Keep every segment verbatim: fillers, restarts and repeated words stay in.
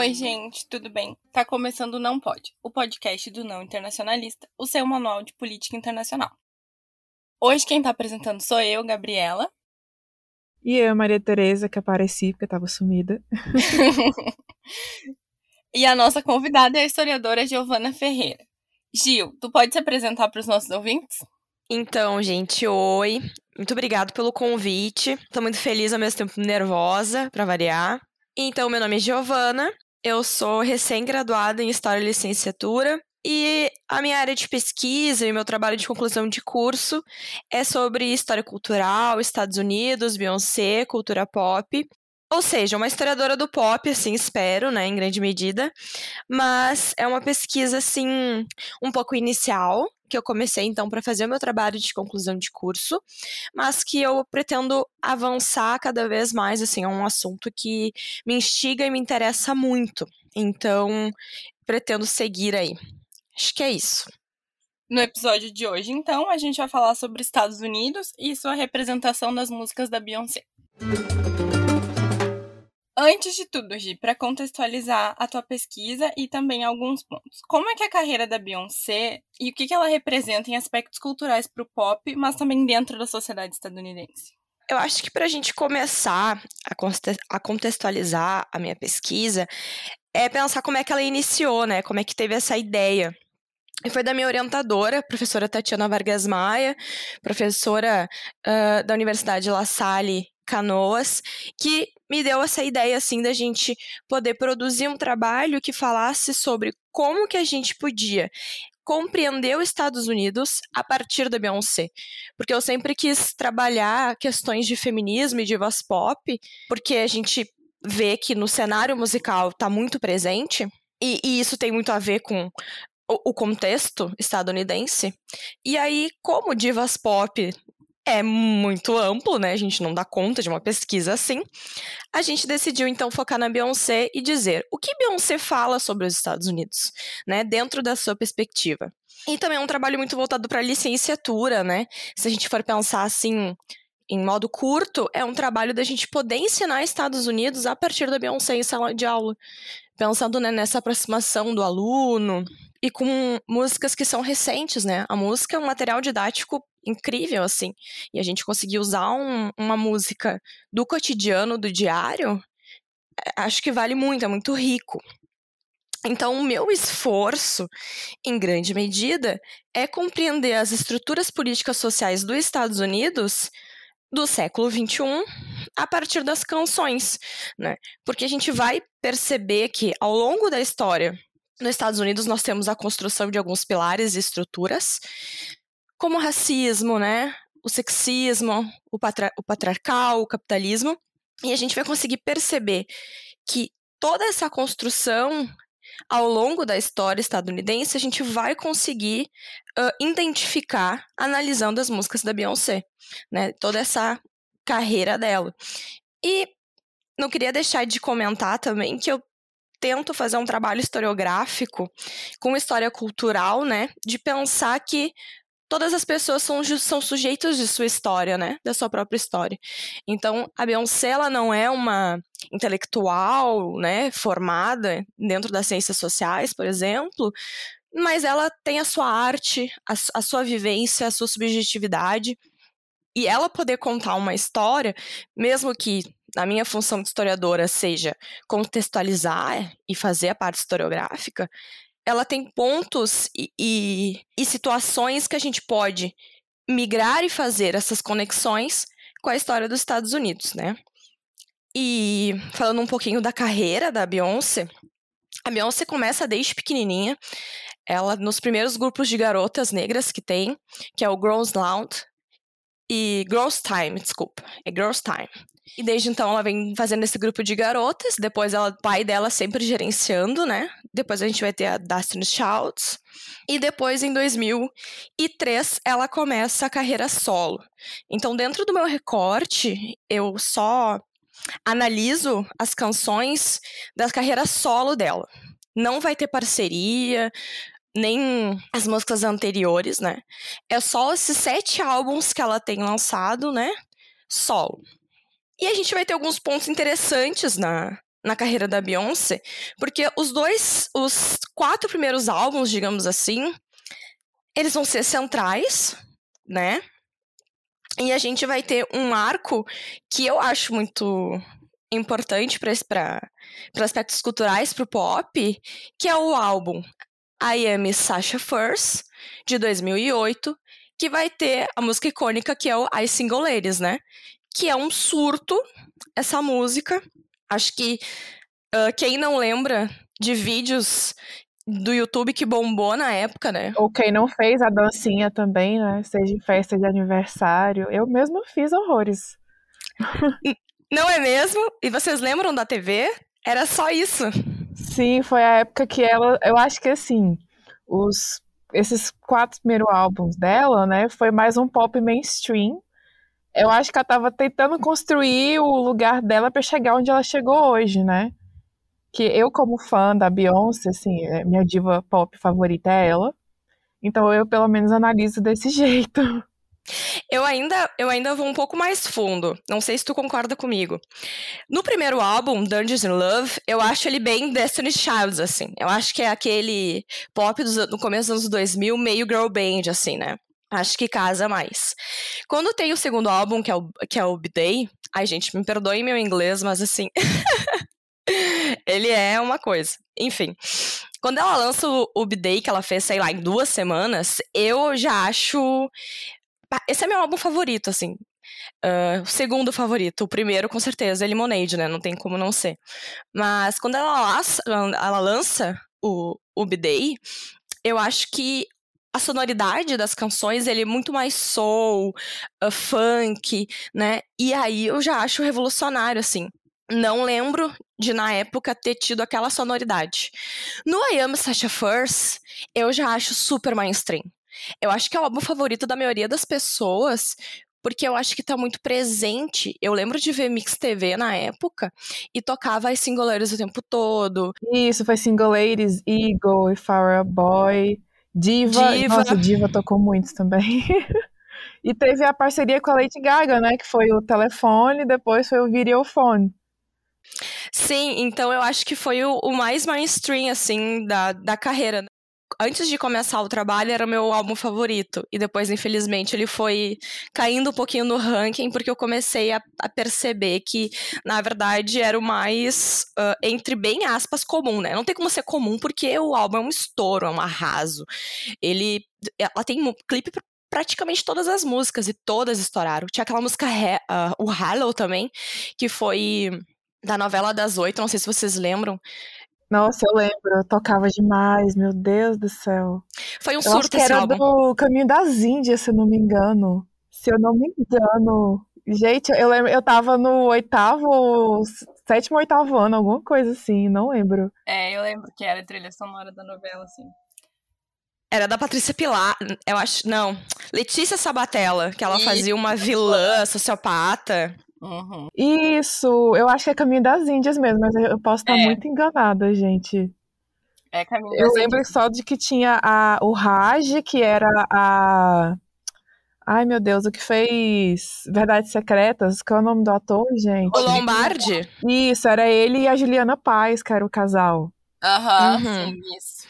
Oi, gente, tudo bem? Tá começando o Não Pode, o podcast do Não Internacionalista, o seu manual de política internacional. Hoje quem tá apresentando sou eu, Gabriela. E eu, Maria Tereza, que apareci porque tava sumida. E a nossa convidada é a historiadora Giovana Ferreira. Gil, tu pode se apresentar para os nossos ouvintes? Então, gente, oi. Muito obrigado pelo convite. Tô muito feliz, ao mesmo tempo nervosa, pra variar. Então, meu nome é Giovana. Eu sou recém-graduada em História e Licenciatura. E a minha área de pesquisa e meu trabalho de conclusão de curso é sobre história cultural, Estados Unidos, Beyoncé, cultura pop. Ou seja, uma historiadora do pop, assim, espero, né, em grande medida. Mas é uma pesquisa, assim, um pouco inicial, que eu comecei, então, para fazer o meu trabalho de conclusão de curso, mas que eu pretendo avançar cada vez mais, assim, é um assunto que me instiga e me interessa muito. Então, pretendo seguir aí. Acho que é isso. No episódio de hoje, então, a gente vai falar sobre Estados Unidos e sua representação das músicas da Beyoncé. Antes de tudo, Gi, para contextualizar a tua pesquisa e também alguns pontos. Como é que é a carreira da Beyoncé e o que ela representa em aspectos culturais para o pop, mas também dentro da sociedade estadunidense? Eu acho que para a gente começar a contextualizar a minha pesquisa, é pensar como é que ela iniciou, né? Como é que teve essa ideia. E foi da minha orientadora, professora Tatiana Vargas Maia, professora uh, da Universidade La Salle Canoas, que me deu essa ideia, assim, da gente poder produzir um trabalho que falasse sobre como que a gente podia compreender os Estados Unidos a partir da Beyoncé. Porque eu sempre quis trabalhar questões de feminismo e divas pop, porque a gente vê que no cenário musical está muito presente, e, e isso tem muito a ver com o, o contexto estadunidense. E aí, como divas pop é muito amplo, né? A gente não dá conta de uma pesquisa assim. A gente decidiu, então, focar na Beyoncé e dizer o que Beyoncé fala sobre os Estados Unidos, né? Dentro da sua perspectiva. E também é um trabalho muito voltado para a licenciatura, né? Se a gente for pensar assim, em modo curto, é um trabalho da gente poder ensinar Estados Unidos a partir da Beyoncé em sala de aula. Pensando, né, nessa aproximação do aluno e com músicas que são recentes, né? A música é um material didático incrível, assim. E a gente conseguir usar um, uma música do cotidiano, do diário, acho que vale muito, é muito rico. Então, o meu esforço, em grande medida, é compreender as estruturas políticas sociais dos Estados Unidos do século vinte e um a partir das canções, né? Porque a gente vai perceber que, ao longo da história, nos Estados Unidos nós temos a construção de alguns pilares e estruturas, como o racismo, né? O sexismo, o, patri- o patriarcal, o capitalismo, e a gente vai conseguir perceber que toda essa construção ao longo da história estadunidense, a gente vai conseguir uh, identificar, analisando as músicas da Beyoncé, né? Toda essa carreira dela. E não queria deixar de comentar também que eu tento fazer um trabalho historiográfico com história cultural, né? De pensar que todas as pessoas são, são sujeitos de sua história, né? Da sua própria história. Então, a Beyoncé, ela não é uma intelectual, né? Formada dentro das ciências sociais, por exemplo, mas ela tem a sua arte, a, a sua vivência, a sua subjetividade. E ela poder contar uma história, mesmo que a minha função de historiadora seja contextualizar e fazer a parte historiográfica, ela tem pontos e, e, e situações que a gente pode migrar e fazer essas conexões com a história dos Estados Unidos, né? E falando um pouquinho da carreira da Beyoncé, a Beyoncé começa desde pequenininha, ela nos primeiros grupos de garotas negras que tem, que é o Girls Lounge, e Girls Time, desculpa, é Girls Time. E desde então ela vem fazendo esse grupo de garotas, depois ela, o pai dela sempre gerenciando, né? Depois a gente vai ter a Destiny's Child. E depois, em dois mil e três, ela começa a carreira solo. Então, dentro do meu recorte, eu só analiso as canções da carreira solo dela. Não vai ter parceria, nem as músicas anteriores, né? É só esses sete álbuns que ela tem lançado, né? Solo. E a gente vai ter alguns pontos interessantes na, na carreira da Beyoncé, porque os dois, os quatro primeiros álbuns, digamos assim, eles vão ser centrais, né? E a gente vai ter um arco que eu acho muito importante para aspectos culturais, para o pop, que é o álbum I Am Sasha Fierce, de dois mil e oito, que vai ter a música icônica que é o I Single Ladies, né? Que é um surto, essa música. Acho que uh, quem não lembra de vídeos do YouTube que bombou na época, né? Ou quem não fez a dancinha também, né? Seja em festa de aniversário. Eu mesma fiz horrores. Não é mesmo? E vocês lembram da T V? Era só isso. Sim, foi a época que ela... Eu acho que, assim, os, esses quatro primeiros álbuns dela, né? Foi mais um pop mainstream. Eu acho que ela tava tentando construir o lugar dela pra chegar onde ela chegou hoje, né? Que eu, como fã da Beyoncé, assim, minha diva pop favorita é ela. Então eu, pelo menos, analiso desse jeito. Eu ainda, eu ainda vou um pouco mais fundo. Não sei se tu concorda comigo. No primeiro álbum, Dungeons and Love, eu acho ele bem Destiny's Child, assim. Eu acho que é aquele pop dos, no começo dos anos dois mil, meio girl band, assim, né? Acho que casa mais. Quando tem o segundo álbum, que é o, que é o B-Day... Ai, gente, me perdoem meu inglês, mas assim... ele é uma coisa. Enfim. Quando ela lança o, o B-Day, que ela fez, sei lá, em duas semanas, eu já acho... Esse é meu álbum favorito, assim. Uh, o segundo favorito. O primeiro, com certeza, é Lemonade, né? Não tem como não ser. Mas quando ela lança, ela lança o, o B-Day, eu acho que a sonoridade das canções, ele é muito mais soul, uh, funk, né? E aí eu já acho revolucionário, assim. Não lembro de, na época, ter tido aquela sonoridade. No I Am Sasha Fierce, eu já acho super mainstream. Eu acho que é o álbum favorito da maioria das pessoas, porque eu acho que tá muito presente. Eu lembro de ver Mix T V na época e tocava as Single Ladies o tempo todo. Isso, foi Single Ladies, Eagle, If I Were a Boy, Diva. Diva. Nossa, Diva tocou muitos também. E teve a parceria com a Lady Gaga, né? Que foi o telefone, depois foi o videofone. Sim, então eu acho que foi o, o mais mainstream, assim, da, da carreira. Antes de começar o trabalho, era o meu álbum favorito. E depois, infelizmente, ele foi caindo um pouquinho no ranking, porque eu comecei a, a perceber que, na verdade, era o mais, uh, entre bem aspas, comum, né? Não tem como ser comum, porque o álbum é um estouro, é um arraso. Ele, ela tem um clipe pra praticamente todas as músicas, e todas estouraram. Tinha aquela música, uh, o Hello também, que foi da novela das oito, não sei se vocês lembram. Nossa, eu lembro, eu tocava demais, meu Deus do céu. Foi um Eu acho surto que esse era álbum. do Caminho das Índias, se eu não me engano. Se eu não me engano. Gente, eu lembro, eu tava no oitavo, sétimo, oitavo ano, alguma coisa assim, não lembro. É, eu lembro que era a trilha sonora da novela, assim. Era da Patrícia Pilar, eu acho, não, Letícia Sabatella, que ela Isso, fazia uma vilã sociopata. Uhum. Isso, eu acho que é Caminho das Índias mesmo, mas eu posso estar É. muito enganada, gente. É Caminho Eu das lembro Índias. só de que tinha a, o Raj, que era a... Ai, meu Deus, o que fez Verdades Secretas? Qual é o nome do ator, gente? O Lombardi? Isso, era ele e a Juliana Paz, que era o casal. Aham, Uhum. sim, isso.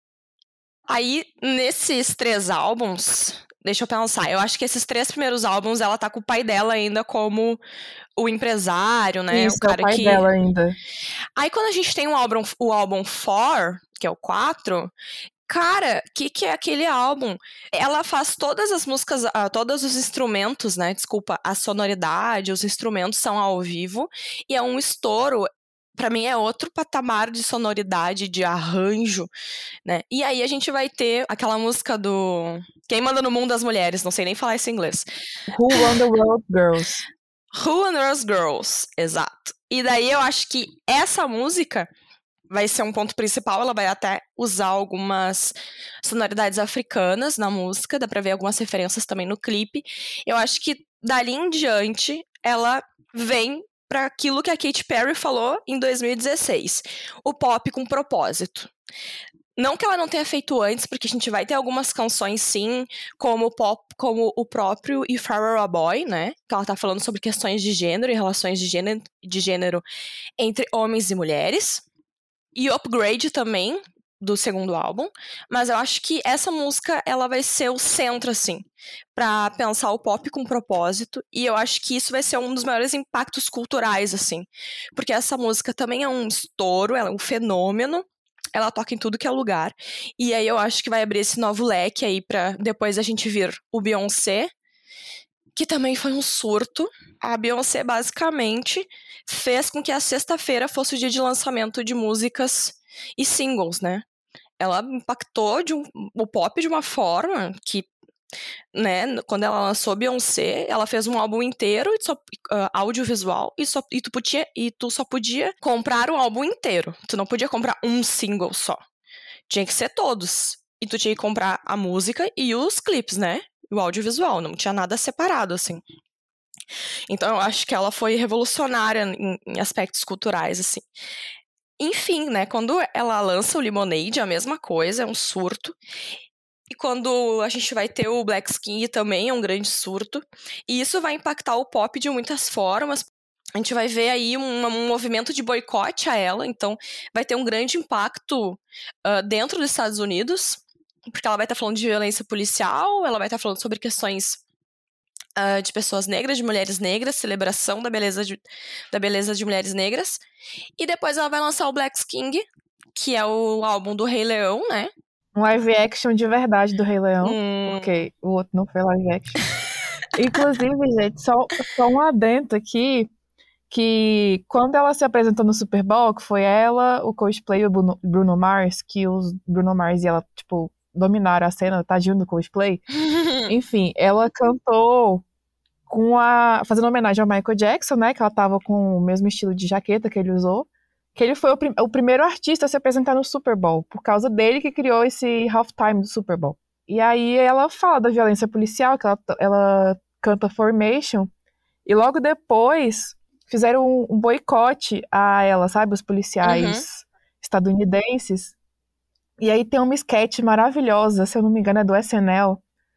Aí, nesses três álbuns, deixa eu pensar, eu acho que esses três primeiros álbuns, ela tá com o pai dela ainda como o empresário, né? Isso, o cara é o pai que... dela ainda. Aí, quando a gente tem o álbum, o álbum Four, que é o quatro... Cara, o que, que é aquele álbum? Ela faz todas as músicas, uh, todos os instrumentos, né? Desculpa, a sonoridade, os instrumentos são ao vivo. E é um estouro, pra mim é outro patamar de sonoridade, de arranjo, né? E aí a gente vai ter aquela música do... Quem Manda no Mundo das Mulheres, não sei nem falar esse inglês. Who Run the World Girls. Who on Earth Girls, exato. E daí eu acho que essa música... vai ser um ponto principal, ela vai até usar algumas sonoridades africanas na música, dá pra ver algumas referências também no clipe. Eu acho que dali em diante, ela vem para aquilo que a Katy Perry falou em dois mil e dezesseis, o pop com propósito. Não que ela não tenha feito antes, porque a gente vai ter algumas canções, sim, como, pop, como o próprio If I Were a Boy, né? Que ela tá falando sobre questões de gênero e relações de gênero, de gênero entre homens e mulheres. E Upgrade também, do segundo álbum. Mas eu acho que essa música, ela vai ser o centro, assim, pra pensar o pop com propósito. E eu acho que isso vai ser um dos maiores impactos culturais, assim. Porque essa música também é um estouro, ela é um fenômeno. Ela toca em tudo que é lugar. E aí eu acho que vai abrir esse novo leque aí pra depois a gente vir o Beyoncé, que também foi um surto. A Beyoncé, basicamente, fez com que a sexta-feira fosse o dia de lançamento de músicas e singles, né? Ela impactou de um, o pop de uma forma que, né, quando ela lançou Beyoncé, ela fez um álbum inteiro, só, uh, audiovisual, e, só, e, tu podia, e tu só podia comprar o álbum inteiro. Tu não podia comprar um single só. Tinha que ser todos. E tu tinha que comprar a música e os clipes, né? O audiovisual, não tinha nada separado, assim. Então eu acho que ela foi revolucionária em, em aspectos culturais, assim. Enfim, né, quando ela lança o Lemonade, a mesma coisa, é um surto. E quando a gente vai ter o Black Skin também, é um grande surto. E isso vai impactar o pop de muitas formas. A gente vai ver aí um, um movimento de boicote a ela, então vai ter um grande impacto uh, dentro dos Estados Unidos, porque ela vai estar tá falando de violência policial, ela vai estar tá falando sobre questões uh, de pessoas negras, de mulheres negras, celebração da beleza de, da beleza de mulheres negras. E depois ela vai lançar o Black King, que é o álbum do Rei Leão, né? Um live action de verdade do Rei Leão, hum... porque o outro não foi live action. Inclusive, gente, só, só um adendo aqui, que quando ela se apresentou no Super Bowl, que foi ela, o Coldplay e o Bruno, Bruno Mars, que os Bruno Mars e ela, tipo, dominaram a cena, tadinho do Coldplay. Enfim, ela cantou com a, fazendo homenagem ao Michael Jackson, né, que ela tava com o mesmo estilo de jaqueta que ele usou, que ele foi o, prim- o primeiro artista a se apresentar no Super Bowl, por causa dele que criou esse halftime do Super Bowl. E aí ela fala da violência policial, que ela, ela canta Formation, e logo depois fizeram um, um boicote a ela, sabe? Os policiais Uhum. estadunidenses. E aí tem uma sketch maravilhosa, se eu não me engano é do S N L,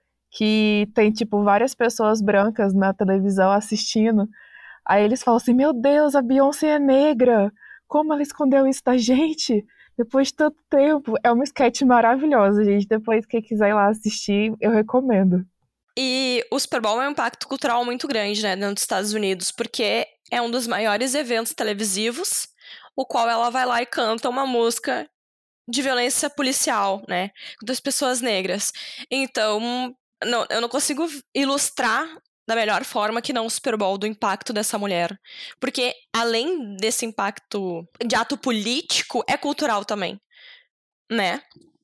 que tem, tipo, várias pessoas brancas na televisão assistindo. Aí eles falam assim, meu Deus, a Beyoncé é negra! Como ela escondeu isso da gente? Depois de tanto tempo. É uma sketch maravilhosa, gente. Depois, quem quiser ir lá assistir, eu recomendo. E o Super Bowl é um impacto cultural muito grande, né, dentro dos Estados Unidos, porque é um dos maiores eventos televisivos, o qual ela vai lá e canta uma música de violência policial, né, das pessoas negras. Então, não, eu não consigo ilustrar da melhor forma que não o Super Bowl do impacto dessa mulher. Porque, além desse impacto de ato político, é cultural também, né?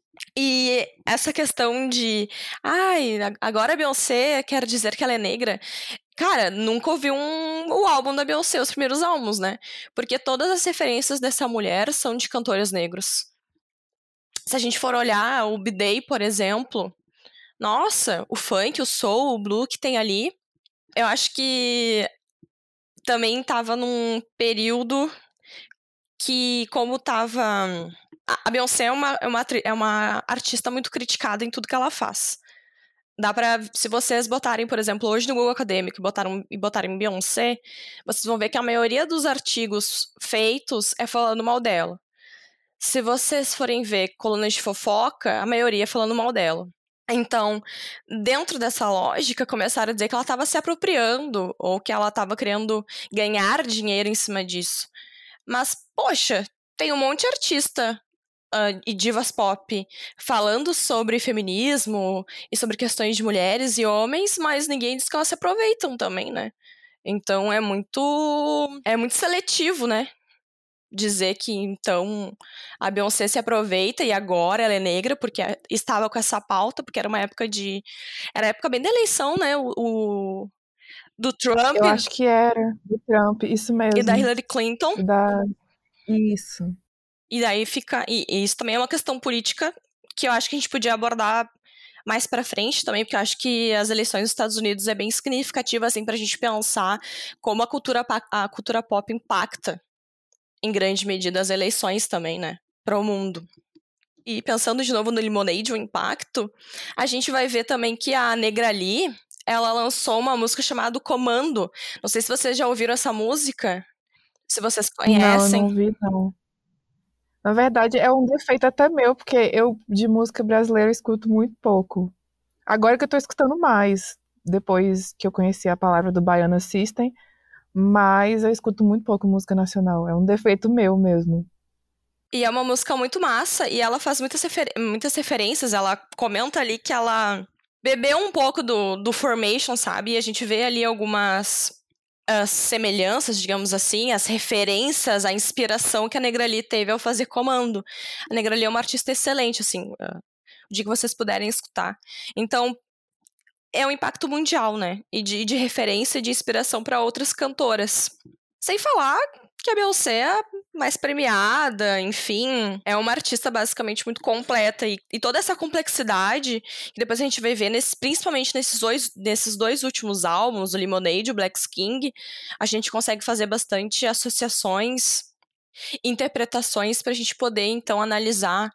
E essa questão de, ai, agora a Beyoncé quer dizer que ela é negra. Cara, nunca ouvi um, o álbum da Beyoncé, os primeiros álbuns, né? Porque todas as referências dessa mulher são de cantores negros. Se a gente for olhar o B-Day, por exemplo, nossa, o funk, o soul, o blue que tem ali, eu acho que também tava num período que, como tava... A Beyoncé é uma, é, uma, é uma artista muito criticada em tudo que ela faz. Dá pra, se vocês botarem, por exemplo, hoje no Google Acadêmico e botarem, e botarem Beyoncé, vocês vão ver que a maioria dos artigos feitos é falando mal dela. Se vocês forem ver colunas de fofoca, a maioria é falando mal dela. Então, dentro dessa lógica, começaram a dizer que ela estava se apropriando ou que ela estava querendo ganhar dinheiro em cima disso. Mas, poxa, tem um monte de artista uh, e divas pop falando sobre feminismo e sobre questões de mulheres e homens, mas ninguém diz que elas se aproveitam também, né? Então é muito é muito seletivo, né? Dizer que, então, a Beyoncé se aproveita e agora ela é negra porque estava com essa pauta, porque era uma época de... Era a época bem da eleição, né? O, o do Trump Eu acho que era do Trump, isso mesmo. e da Hillary Clinton. Da... Isso. E daí fica... E, e isso também é uma questão política que eu acho que a gente podia abordar mais pra frente também, porque eu acho que as eleições dos Estados Unidos é bem significativa, assim, pra gente pensar como a cultura, a cultura pop impacta em grande medida as eleições também, né, para o mundo. E pensando de novo no Lemonade, o impacto, a gente vai ver também que a Negra Lee, ela lançou uma música chamada Comando. Não sei se vocês já ouviram essa música, se vocês Não, eu não conhecem. vi, não. Na verdade, é um defeito até meu, porque eu de música brasileira escuto muito pouco. Agora que eu tô escutando mais, depois que eu conheci a palavra do Baiana System, mas eu escuto muito pouco música nacional. É um defeito meu mesmo. E é uma música muito massa, e ela faz muitas, refer- muitas referências. Ela comenta ali que ela bebeu um pouco do, do Formation, sabe? E a gente vê ali algumas uh, semelhanças, digamos assim, as referências, a inspiração que a Negra Lee teve ao fazer Comando. A Negra Lee é uma artista excelente, assim, uh, o dia que vocês puderem escutar. Então, é um impacto mundial, né? E de, de referência e de inspiração para outras cantoras. Sem falar que a Beyoncé é mais premiada, enfim, é uma artista basicamente muito completa. E, e toda essa complexidade, que depois a gente vai ver, nesse, principalmente nesses dois, nesses dois últimos álbuns, o Lemonade e o Black King, a gente consegue fazer bastante associações, interpretações, para a gente poder, então, analisar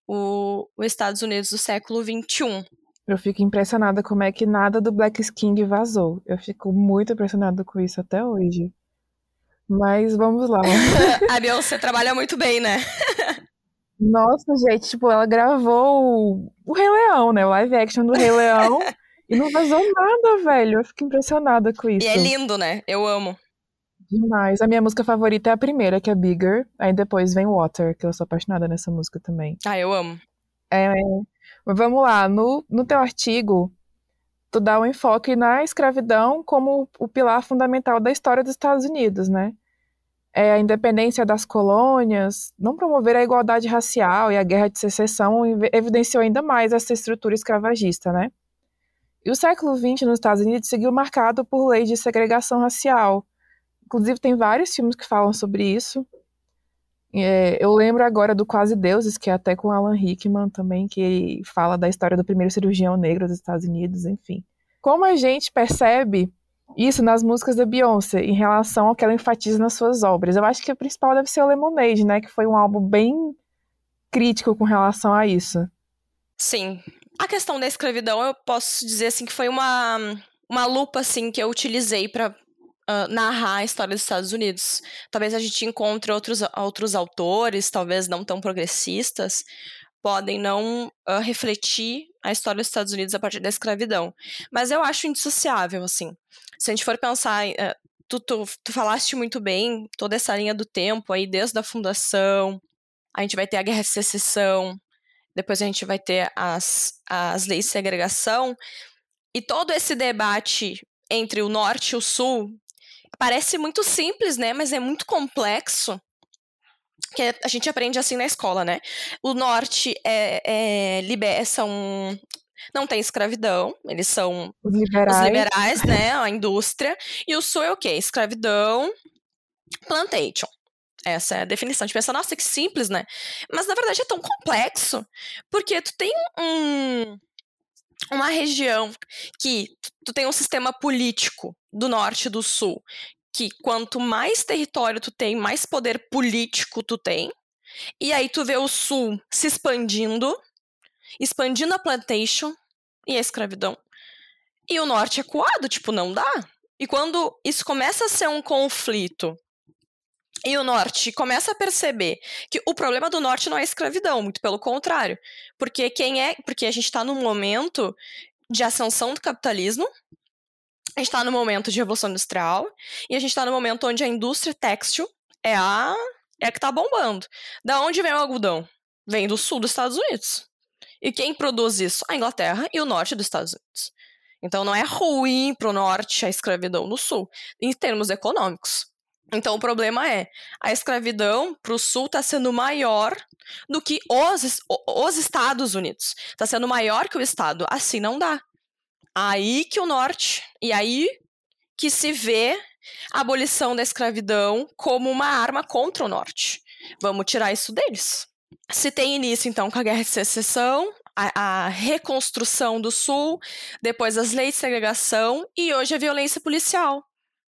o, os Estados Unidos do século vinte e um. Eu fico impressionada como é que nada do Black King vazou. Eu fico muito impressionada com isso até hoje. Mas vamos lá. A Beyoncé trabalha muito bem, né? Nossa, gente, tipo, ela gravou o Rei Leão, né? O live action do Rei Leão. E não vazou nada, velho. Eu fico impressionada com isso. E é lindo, né? Eu amo. Demais. A minha música favorita é a primeira, que é Bigger. Aí depois vem Water, que eu sou apaixonada nessa música também. Ah, eu amo. É, mas vamos lá. No, no teu artigo, tu dá um enfoque na escravidão como o pilar fundamental da história dos Estados Unidos, né? É, a independência das colônias, não promover a igualdade racial e a guerra de secessão evidenciou ainda mais essa estrutura escravagista, né? E o século vinte nos Estados Unidos seguiu marcado por leis de segregação racial. Inclusive, tem vários filmes que falam sobre isso. É, eu lembro agora do Quase Deuses, que é até com Alan Rickman também, que fala da história do primeiro cirurgião negro dos Estados Unidos, enfim. Como a gente percebe isso nas músicas da Beyoncé, em relação ao que ela enfatiza nas suas obras? Eu acho que a principal deve ser o Lemonade, né? Que foi um álbum bem crítico com relação a isso. Sim. A questão da escravidão, eu posso dizer assim que foi uma, uma lupa assim que eu utilizei para uh, narrar a história dos Estados Unidos. Talvez a gente encontre outros, outros autores, talvez não tão progressistas, podem não uh, refletir a história dos Estados Unidos a partir da escravidão. Mas eu acho indissociável, assim. Se a gente for pensar, uh, tu, tu, tu falaste muito bem toda essa linha do tempo aí, desde a fundação, a gente vai ter a Guerra de Secessão, depois a gente vai ter as, as leis de segregação, e todo esse debate entre o norte e o sul parece muito simples, né? Mas é muito complexo, que a gente aprende assim na escola, né? O norte é, é liber, são não tem escravidão, eles são os liberais. os liberais, né? A indústria. E o sul é o quê? Escravidão, plantation. Essa é a definição. A gente pensa, nossa, que simples, né? Mas na verdade é tão complexo, porque tu tem um, uma região que tu tem um sistema político do norte e do sul, que quanto mais território tu tem, mais poder político tu tem. E aí tu vê o sul se expandindo, expandindo a plantation e a escravidão. E o norte é coado, tipo, não dá. E quando isso começa a ser um conflito e o norte começa a perceber que o problema do norte não é a escravidão, muito pelo contrário. Porque quem é, porque a gente está num momento de ascensão do capitalismo, a gente está no momento de revolução industrial, e a gente está no momento onde a indústria têxtil é a, é a que está bombando. Da onde vem o algodão? Vem do sul dos Estados Unidos. E quem produz isso? A Inglaterra e o norte dos Estados Unidos. Então não é ruim para o norte a escravidão no sul, em termos econômicos. Então o problema é, a escravidão para o sul está sendo maior do que os, os Estados Unidos. Está sendo maior que o Estado. Assim não dá. Aí que o norte, e aí que se vê a abolição da escravidão como uma arma contra o norte. Vamos tirar isso deles. Se tem início, então, com a Guerra de Secessão, a, a reconstrução do sul, depois as leis de segregação e hoje a violência policial,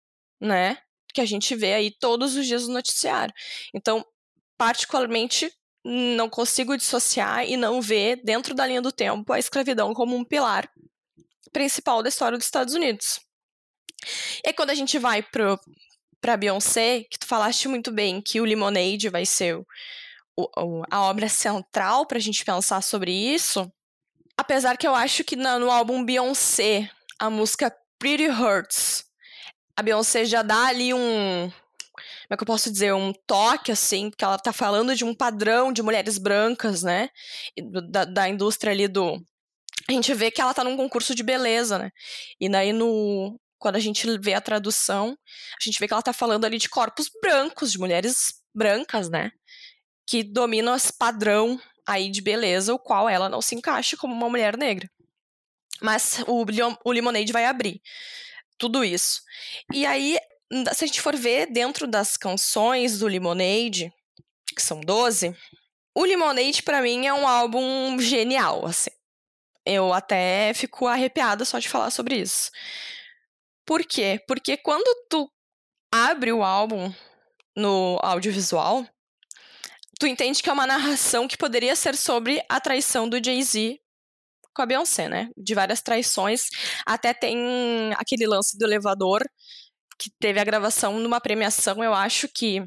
né? Que a gente vê aí todos os dias no noticiário. Então, particularmente, não consigo dissociar e não ver, dentro da linha do tempo, a escravidão como um pilar principal da história dos Estados Unidos. E aí, quando a gente vai pro, pra Beyoncé, que tu falaste muito bem que o Lemonade vai ser o, o, a obra central pra gente pensar sobre isso, apesar que eu acho que no, no álbum Beyoncé, a música Pretty Hurts, a Beyoncé já dá ali um... Como é que eu posso dizer? Um toque, assim, porque ela tá falando de um padrão de mulheres brancas, né? Da, da indústria ali do... A gente vê que ela tá num concurso de beleza, né? E daí, no... quando a gente vê a tradução, a gente vê que ela tá falando ali de corpos brancos, de mulheres brancas, né? Que dominam esse padrão aí de beleza, o qual ela não se encaixa como uma mulher negra. Mas o, o Lemonade vai abrir tudo isso. E aí, se a gente for ver dentro das canções do Lemonade, que são doze, o Lemonade, pra mim, é um álbum genial, assim. Eu até fico arrepiada só de falar sobre isso. Por quê? Porque quando tu abre o álbum no audiovisual, tu entende que é uma narração que poderia ser sobre a traição do Jay-Z com a Beyoncé, né? De várias traições. Até tem aquele lance do elevador, que teve a gravação numa premiação, eu acho que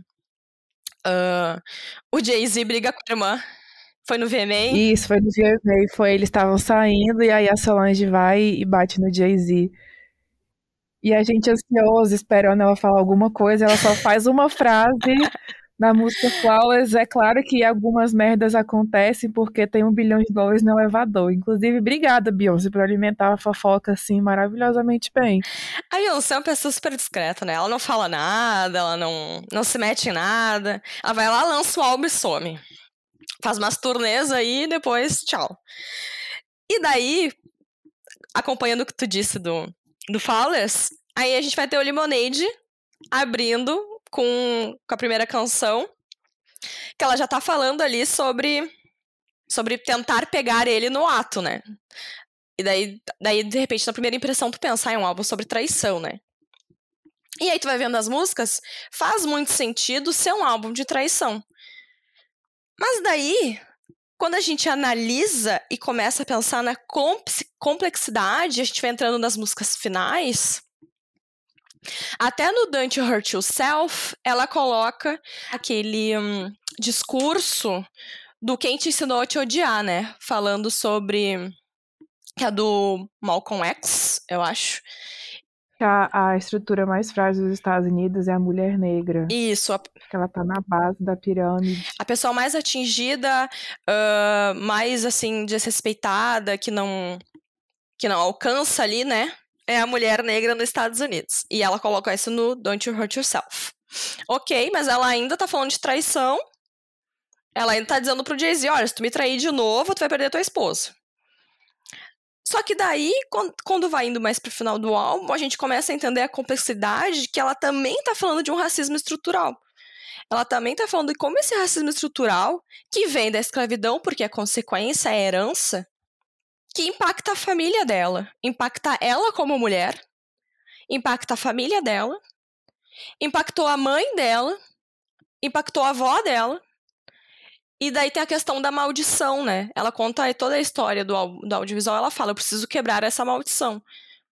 uh, o Jay-Z briga com a irmã. Foi no V M A? Isso, foi no V M A. Foi, eles estavam saindo e aí a Solange vai e bate no Jay-Z. E a gente ansioso, esperando ela falar alguma coisa, ela só faz uma frase na música Flawless. É claro que algumas merdas acontecem porque tem um bilhão de dólares no elevador. Inclusive, obrigada, Beyoncé, por alimentar a fofoca assim maravilhosamente bem. A Beyoncé é uma pessoa super discreta, né? Ela não fala nada, ela não, não se mete em nada. Ela vai lá, lança o álbum e some. Faz umas turnês aí e depois, tchau. E daí, acompanhando o que tu disse do, do Flawless, aí a gente vai ter o Lemonade abrindo com, com a primeira canção, que ela já tá falando ali sobre, sobre tentar pegar ele no ato, né? E daí, daí, de repente, na primeira impressão, tu pensa, ah, é um álbum sobre traição, né? E aí tu vai vendo as músicas, faz muito sentido ser um álbum de traição. Mas daí, quando a gente analisa e começa a pensar na complexidade, a gente vai entrando nas músicas finais, até no Don't You Hurt Yourself, ela coloca aquele um, discurso do Quem Te Ensinou a Te Odiar, né? Falando sobre... que é do Malcolm X, eu acho. A, a estrutura mais frágil dos Estados Unidos é a mulher negra. Isso. A, que ela tá na base da pirâmide. A pessoa mais atingida, uh, mais, assim, desrespeitada, que não, que não alcança ali, né? É a mulher negra nos Estados Unidos. E ela coloca isso no Don't You Hurt Yourself. Ok, mas ela ainda tá falando de traição. Ela ainda tá dizendo pro Jay-Z, olha, se tu me trair de novo, tu vai perder tua esposa. Só que daí, quando vai indo mais pro final do álbum, a gente começa a entender a complexidade de que ela também tá falando de um racismo estrutural. Ela também tá falando de como esse racismo estrutural, que vem da escravidão, porque a consequência é a herança, que impacta a família dela, impacta ela como mulher, impacta a família dela, impactou a mãe dela, impactou a avó dela. E daí tem a questão da maldição, né? Ela conta toda a história do, do audiovisual, ela fala, eu preciso quebrar essa maldição.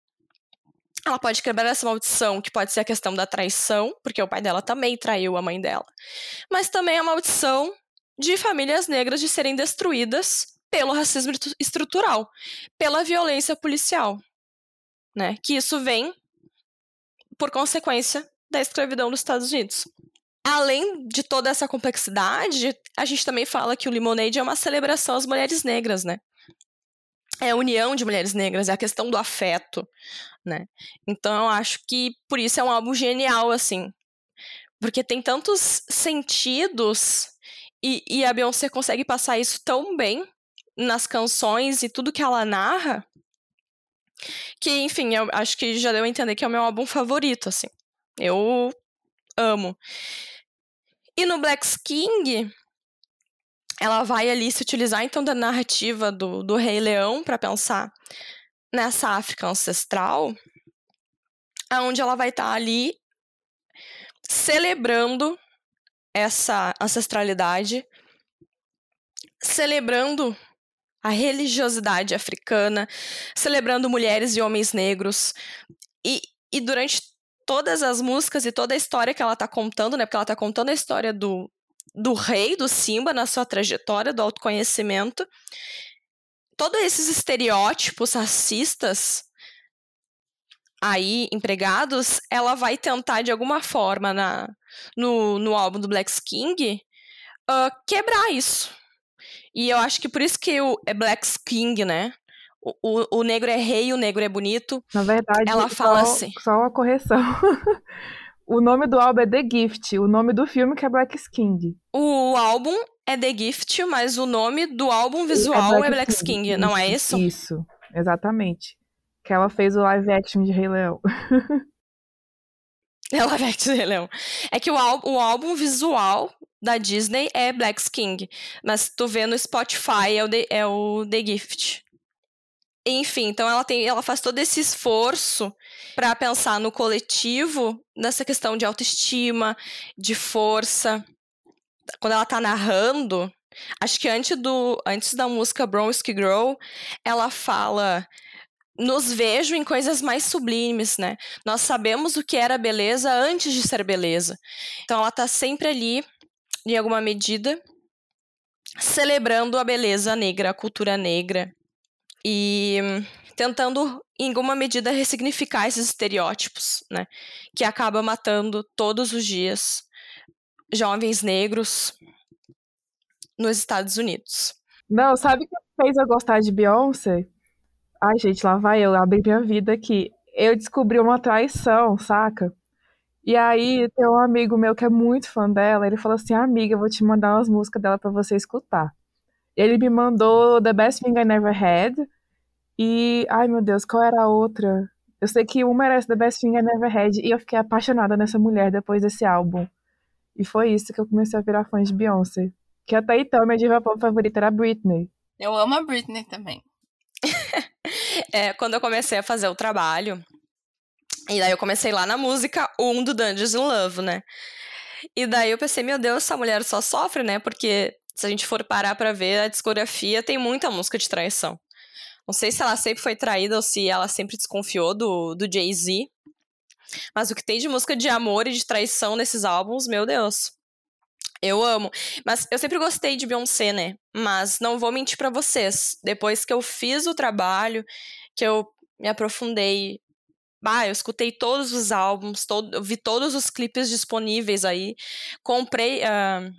Ela pode quebrar essa maldição, que pode ser a questão da traição, porque o pai dela também traiu a mãe dela. Mas também a maldição de famílias negras de serem destruídas pelo racismo estrutural, pela violência policial, né? Que isso vem por consequência da escravidão dos Estados Unidos. Além de toda essa complexidade, a gente também fala que o Lemonade é uma celebração às mulheres negras, né? É a união de mulheres negras, é a questão do afeto, né? Então eu acho que por isso é um álbum genial, assim. Porque tem tantos sentidos e, e a Beyoncé consegue passar isso tão bem nas canções e tudo que ela narra, que, enfim, eu acho que já deu a entender que é o meu álbum favorito, assim. Eu amo. E no Black King, ela vai ali se utilizar, então, da narrativa do, do Rei Leão para pensar nessa África ancestral, onde ela vai estar tá ali celebrando essa ancestralidade celebrando a religiosidade africana, celebrando mulheres e homens negros. E, e durante todas as músicas e toda a história que ela tá contando, né? Porque ela tá contando a história do, do rei, do Simba, na sua trajetória do autoconhecimento. Todos esses estereótipos racistas aí empregados, ela vai tentar, de alguma forma, na, no, no álbum do Black King, uh, quebrar isso. E eu acho que por isso que o, é Black King, né? O, o, o negro é rei, o negro é bonito. Na verdade, ela fala só, assim... só uma correção. O nome do álbum é The Gift, o nome do filme que é Black King. O álbum é The Gift, mas o nome do álbum visual é Black, é Black King, King não é isso? Isso, exatamente. Que ela fez o live action de Rei Leão. É live action de Rei Leão. É que o, o álbum visual da Disney é Black King, mas tu vê no Spotify é o The, é o The Gift. Enfim, então ela, tem, ela faz todo esse esforço para pensar no coletivo, nessa questão de autoestima, de força. Quando ela tá narrando, acho que antes, do, antes da música Bronski Grow, ela fala... Nos vejo em coisas mais sublimes, né? Nós sabemos o que era beleza antes de ser beleza. Então ela tá sempre ali, em alguma medida, celebrando a beleza negra, a cultura negra. E tentando, em alguma medida, ressignificar esses estereótipos, né? Que acaba matando todos os dias jovens negros nos Estados Unidos. Não, sabe o que fez eu gostar de Beyoncé? Ai, gente, lá vai eu abrir minha vida aqui. Eu descobri uma traição, saca? E aí tem um amigo meu que é muito fã dela, ele falou assim, amiga, eu vou te mandar umas músicas dela pra você escutar. Ele me mandou The Best Thing I Never Had e, ai meu Deus, qual era a outra? Eu sei que uma era The Best Thing I Never Had e eu fiquei apaixonada nessa mulher depois desse álbum. E foi isso que eu comecei a virar fã de Beyoncé. Que até então minha diva pop favorita era a Britney. Eu amo a Britney também. É, quando eu comecei a fazer o trabalho, e daí eu comecei lá na música um do Dungeons in Love, né? E daí eu pensei, meu Deus, essa mulher só sofre, né? Porque se a gente for parar pra ver, a discografia tem muita música de traição. Não sei se ela sempre foi traída ou se ela sempre desconfiou do, do Jay-Z. Mas o que tem de música de amor e de traição nesses álbuns, meu Deus. Eu amo. Mas eu sempre gostei de Beyoncé, né? Mas não vou mentir pra vocês. Depois que eu fiz o trabalho, que eu me aprofundei... Bah, eu escutei todos os álbuns, todo, vi todos os clipes disponíveis aí. Comprei... Uh,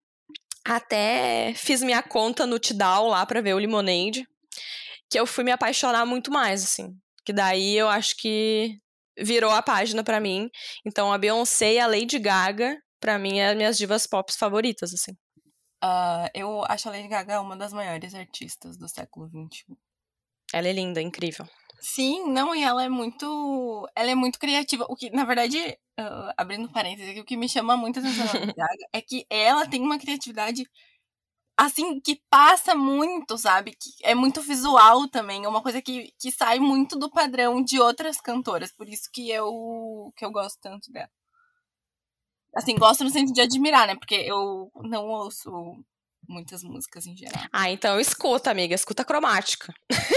até fiz minha conta no Tidal lá pra ver o Lemonade. Que eu fui me apaixonar muito mais, assim. Que daí eu acho que virou a página pra mim. Então a Beyoncé e a Lady Gaga, pra mim, é as minhas divas pop favoritas, assim. Uh, eu acho a Lady Gaga uma das maiores artistas do século vinte e um. Ela é linda, incrível. Sim, não, e ela é muito. Ela é muito criativa. O que, na verdade, uh, abrindo parênteses aqui, o que me chama muito a atenção na Lady Gaga é que ela tem uma criatividade assim, que passa muito, sabe? Que é muito visual também. É uma coisa que, que sai muito do padrão de outras cantoras. Por isso que eu, que eu gosto tanto dela. Assim, gosto no sentido de admirar, né? Porque eu não ouço muitas músicas em geral. Ah, então escuta, amiga. Escuta Cromática.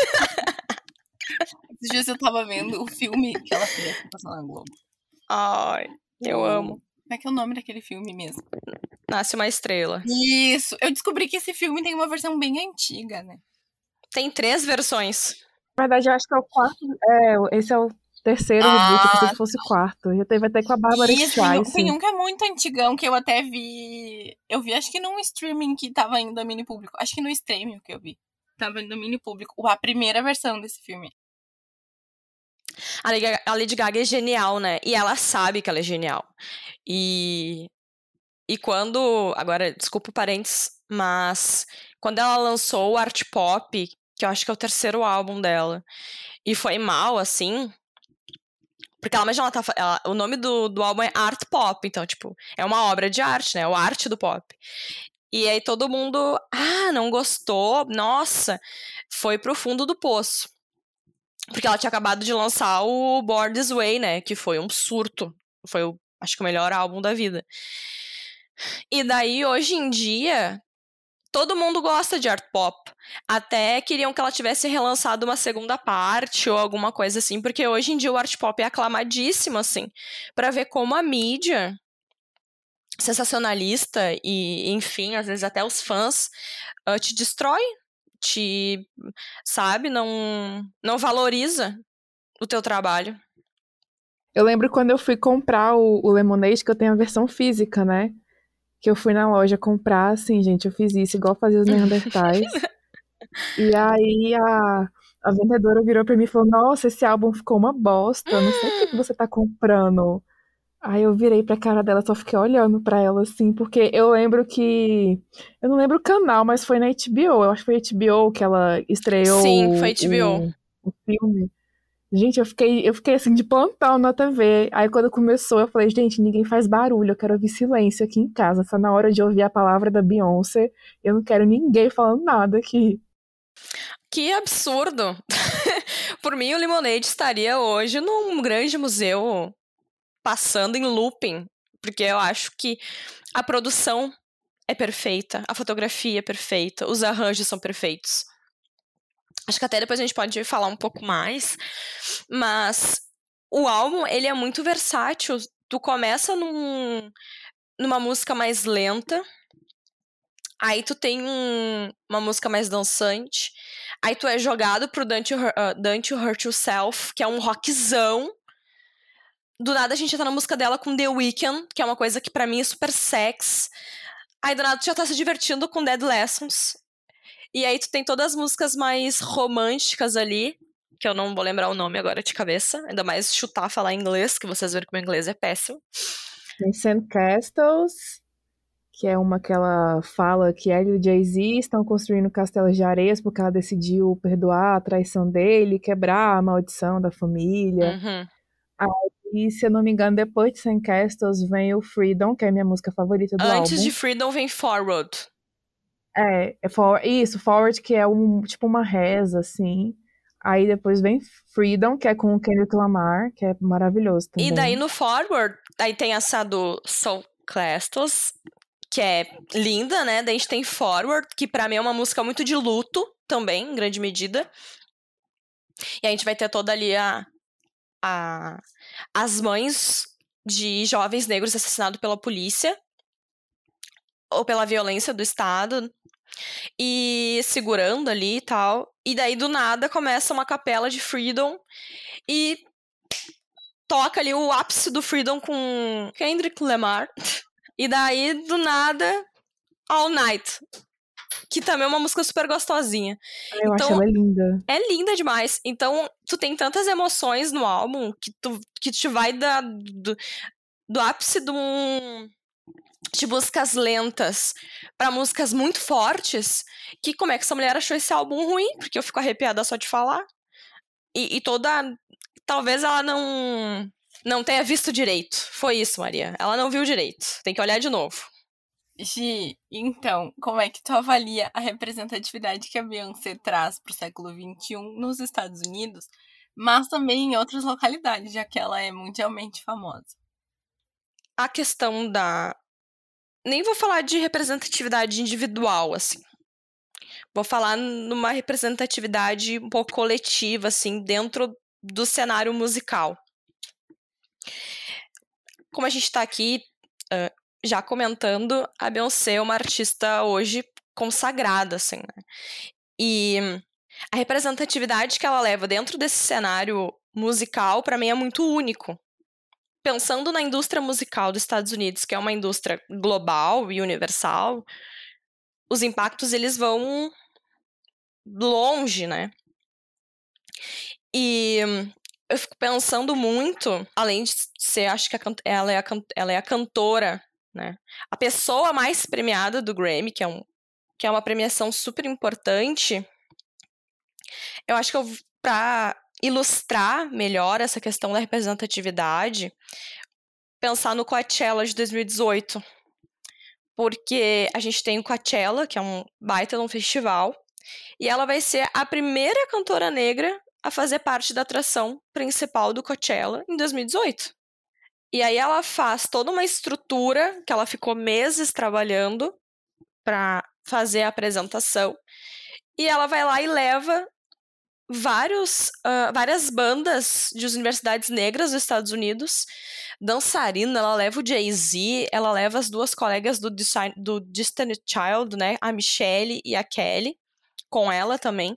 Esses dias eu tava vendo o filme que ela fez passando na Globo. Ai, eu o... amo. Como é que é o nome daquele filme mesmo? Nasce uma Estrela. Isso! Eu descobri que esse filme tem uma versão bem antiga, né? Tem três versões. Na verdade, eu acho que é o quarto. É, esse é o terceiro ah, reboot, eu pensei que fosse o quarto. Já teve até com a Bárbara Streisand. Tem um que é muito antigão, que eu até vi... Eu vi, acho que num streaming que tava indo a mini público. Acho que no streaming que eu vi. Tava indo a mini público. A primeira versão desse filme. A Lady Gaga é genial, né? E ela sabe que ela é genial. E... E quando... Agora, desculpa o parênteses, mas... Quando ela lançou o Art Pop, que eu acho que é o terceiro álbum dela, e foi mal, assim... Porque ela, ela tá... Ela, o nome do, do álbum é Art Pop, então, tipo... É uma obra de arte, né? O arte do pop. E aí todo mundo... Ah, não gostou? Nossa! Foi pro fundo do poço. Porque ela tinha acabado de lançar o Born This Way, né? Que foi um surto. Foi, o, acho que, o melhor álbum da vida. E daí, hoje em dia, todo mundo gosta de art pop. Até queriam que ela tivesse relançado uma segunda parte ou alguma coisa assim, porque hoje em dia o art pop é aclamadíssimo, assim, pra ver como a mídia sensacionalista e, enfim, às vezes até os fãs uh, te destrói, te, sabe, não, não valoriza o teu trabalho. Eu lembro quando eu fui comprar o, o Lemonade, que eu tenho a versão física, né? Que eu fui na loja comprar, assim, gente, eu fiz isso igual fazia os Neandertais. E aí a, a vendedora virou pra mim e falou, nossa, esse álbum ficou uma bosta, não sei o que que você tá comprando. Aí eu virei pra cara dela, só fiquei olhando pra ela, assim, porque eu lembro que... Eu não lembro o canal, mas foi na H B O, eu acho que foi H B O que ela estreou Sim, foi o, H B O. o, o filme. Gente, eu fiquei, eu fiquei assim de plantão na T V. Aí quando começou, eu falei, gente, ninguém faz barulho, eu quero ouvir silêncio aqui em casa. Só na hora de ouvir a palavra da Beyoncé, eu não quero ninguém falando nada aqui. Que absurdo! Por mim, o Lemonade estaria hoje num grande museu passando em looping, porque eu acho que a produção é perfeita, a fotografia é perfeita, os arranjos são perfeitos. Acho que até depois a gente pode falar um pouco mais, mas o álbum, ele é muito versátil. Tu começa num, numa música mais lenta, aí tu tem um, uma música mais dançante, aí tu é jogado pro Don't You, uh, Don't You Hurt Yourself, que é um rockzão. Do nada a gente já tá na música dela com The Weeknd, que é uma coisa que pra mim é super sex. Aí do nada tu já tá se divertindo com Dead Lessons. E aí tu tem todas as músicas mais românticas ali, que eu não vou lembrar o nome agora de cabeça, ainda mais chutar falar inglês, que vocês viram que meu inglês é péssimo. Tem Sandcastles, que é uma que ela fala que ela e o Jay-Z estão construindo castelos de areias porque ela decidiu perdoar a traição dele, quebrar a maldição da família. Uhum. Aí, se eu não me engano, depois de Sandcastles vem o Freedom, que é a minha música favorita do Antes álbum. de Freedom vem Forward. É, é for, isso, Forward, que é um, tipo uma reza, assim. Aí depois vem Freedom, que é com o Kendrick Lamar, que é maravilhoso também. E daí no Forward, aí tem essa do Soul Clastos, que é linda, né? Daí a gente tem Forward, que pra mim é uma música muito de luto também, em grande medida. E a gente vai ter toda ali a, a, as mães de jovens negros assassinados pela polícia ou pela violência do Estado e segurando ali e tal. E daí do nada começa uma capela de Freedom e toca ali o ápice do Freedom com Kendrick Lamar. E daí do nada All Night, que também é uma música super gostosinha. Eu então, acho ela linda. É linda demais. Então, tu tem tantas emoções no álbum que tu que te vai da, do, do ápice de, um, de músicas lentas pra músicas muito fortes, que como é que essa mulher achou esse álbum ruim? Porque eu fico arrepiada só de falar. E, e toda... Talvez ela não, não tenha visto direito. Foi isso, Maria. Ela não viu direito. Tem que olhar de novo. Gi, então, como é que tu avalia a representatividade que a Beyoncé traz pro século vinte e um nos Estados Unidos, mas também em outras localidades, já que ela é mundialmente famosa? A questão da... Nem vou falar de representatividade individual, assim. Vou falar numa representatividade um pouco coletiva, assim, dentro do cenário musical. Como a gente tá aqui... Uh, já comentando, a Beyoncé é uma artista hoje consagrada, assim, né? E a representatividade que ela leva dentro desse cenário musical, pra mim, é muito único. Pensando na indústria musical dos Estados Unidos, que é uma indústria global e universal, os impactos, eles vão longe, né? E eu fico pensando muito, além de ser, acho que a, ela, é a, ela é a cantora, né? A pessoa mais premiada do Grammy, que é, um, que é uma premiação super importante, eu acho que eu, pra ilustrar melhor essa questão da representatividade, pensar no Coachella de dois mil e dezoito. Porque a gente tem o Coachella, que é um baita de um festival, e ela vai ser a primeira cantora negra a fazer parte da atração principal do Coachella em dois mil e dezoito. E aí ela faz toda uma estrutura que ela ficou meses trabalhando para fazer a apresentação. E ela vai lá e leva vários, uh, várias bandas de universidades negras dos Estados Unidos, dançarina, ela leva o Jay-Z, ela leva as duas colegas do, design, do Destiny Child, né, a Michelle e a Kelly, com ela também.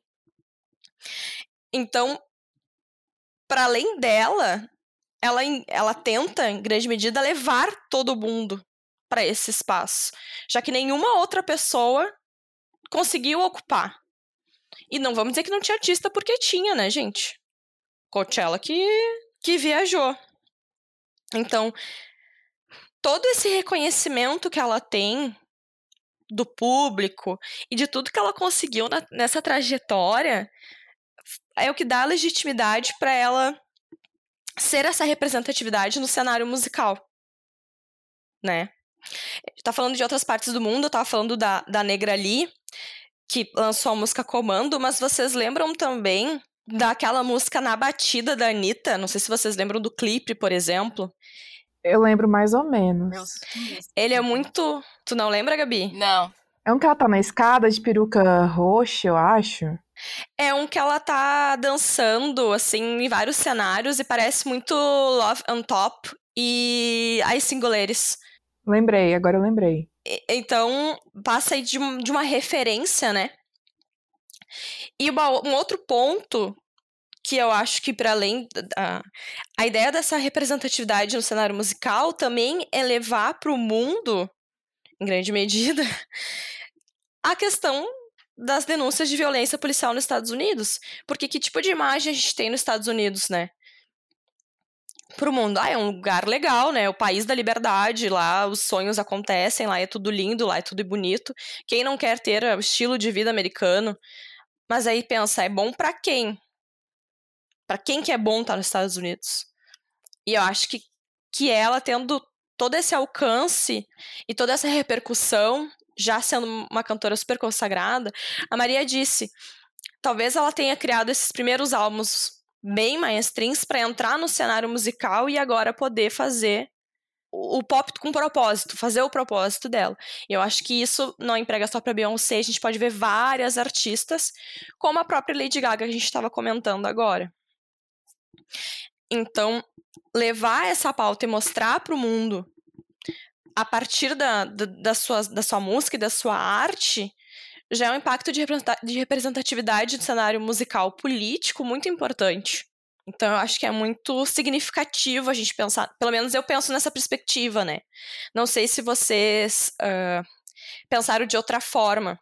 Então, para além dela, ela, ela tenta, em grande medida, levar todo mundo para esse espaço, já que nenhuma outra pessoa conseguiu ocupar. E não vamos dizer que não tinha artista, porque tinha, né, gente? Coachella que, que viajou. Então, todo esse reconhecimento que ela tem do público e de tudo que ela conseguiu na, nessa trajetória é o que dá legitimidade para ela ser essa representatividade no cenário musical, né? Tá falando de outras partes do mundo, eu tava falando da, da Negra Lee, que lançou a música Comando, mas vocês lembram também daquela música Na Batida da Anitta? Não sei se vocês lembram do clipe, por exemplo. Eu lembro mais ou menos. Meu Deus. Ele é muito... Tu não lembra, Gabi? Não. É um que ela tá na escada de peruca roxa, eu acho. É um que ela tá dançando, assim, em vários cenários e parece muito Love on Top e As Singuleres. Lembrei, agora eu lembrei. Então, passa aí de, de uma referência, né? E uma, um outro ponto que eu acho que, para além da a ideia dessa representatividade no cenário musical, também é levar para o mundo, em grande medida, a questão das denúncias de violência policial nos Estados Unidos. Porque que tipo de imagem a gente tem nos Estados Unidos, né? Pro mundo, ah, é um lugar legal, né? O país da liberdade, lá os sonhos acontecem, lá é tudo lindo, lá é tudo bonito. Quem não quer ter o estilo de vida americano? Mas aí pensa, é bom pra quem? Pra quem que é bom estar nos Estados Unidos? E eu acho que, que ela tendo todo esse alcance e toda essa repercussão, já sendo uma cantora super consagrada, a Maria disse, talvez ela tenha criado esses primeiros álbuns bem mainstreams para entrar no cenário musical e agora poder fazer o pop com propósito, fazer o propósito dela. E eu acho que isso não emprega só para Beyoncé, a gente pode ver várias artistas, como a própria Lady Gaga que a gente estava comentando agora. Então, levar essa pauta e mostrar para o mundo, a partir da, da, da, sua, da sua música e da sua arte, já é um impacto de representatividade do cenário musical político muito importante. Então, eu acho que é muito significativo a gente pensar, pelo menos eu penso nessa perspectiva, né? Não sei se vocês uh, pensaram de outra forma,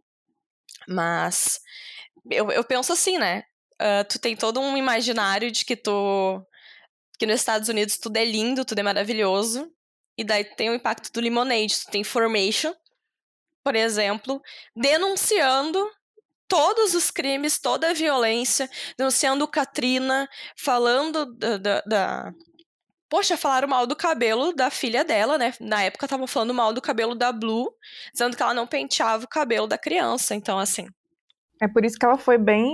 mas eu, eu penso assim, né? Uh, tu tem todo um imaginário de que tu que nos Estados Unidos tudo é lindo, tudo é maravilhoso, e daí tem o impacto do Lemonade, tu tem Formation, por exemplo, denunciando todos os crimes, toda a violência, denunciando Katrina, falando da, da, da... Poxa, falaram mal do cabelo da filha dela, né? Na época estavam falando mal do cabelo da Blue, dizendo que ela não penteava o cabelo da criança, então assim... É por isso que ela foi bem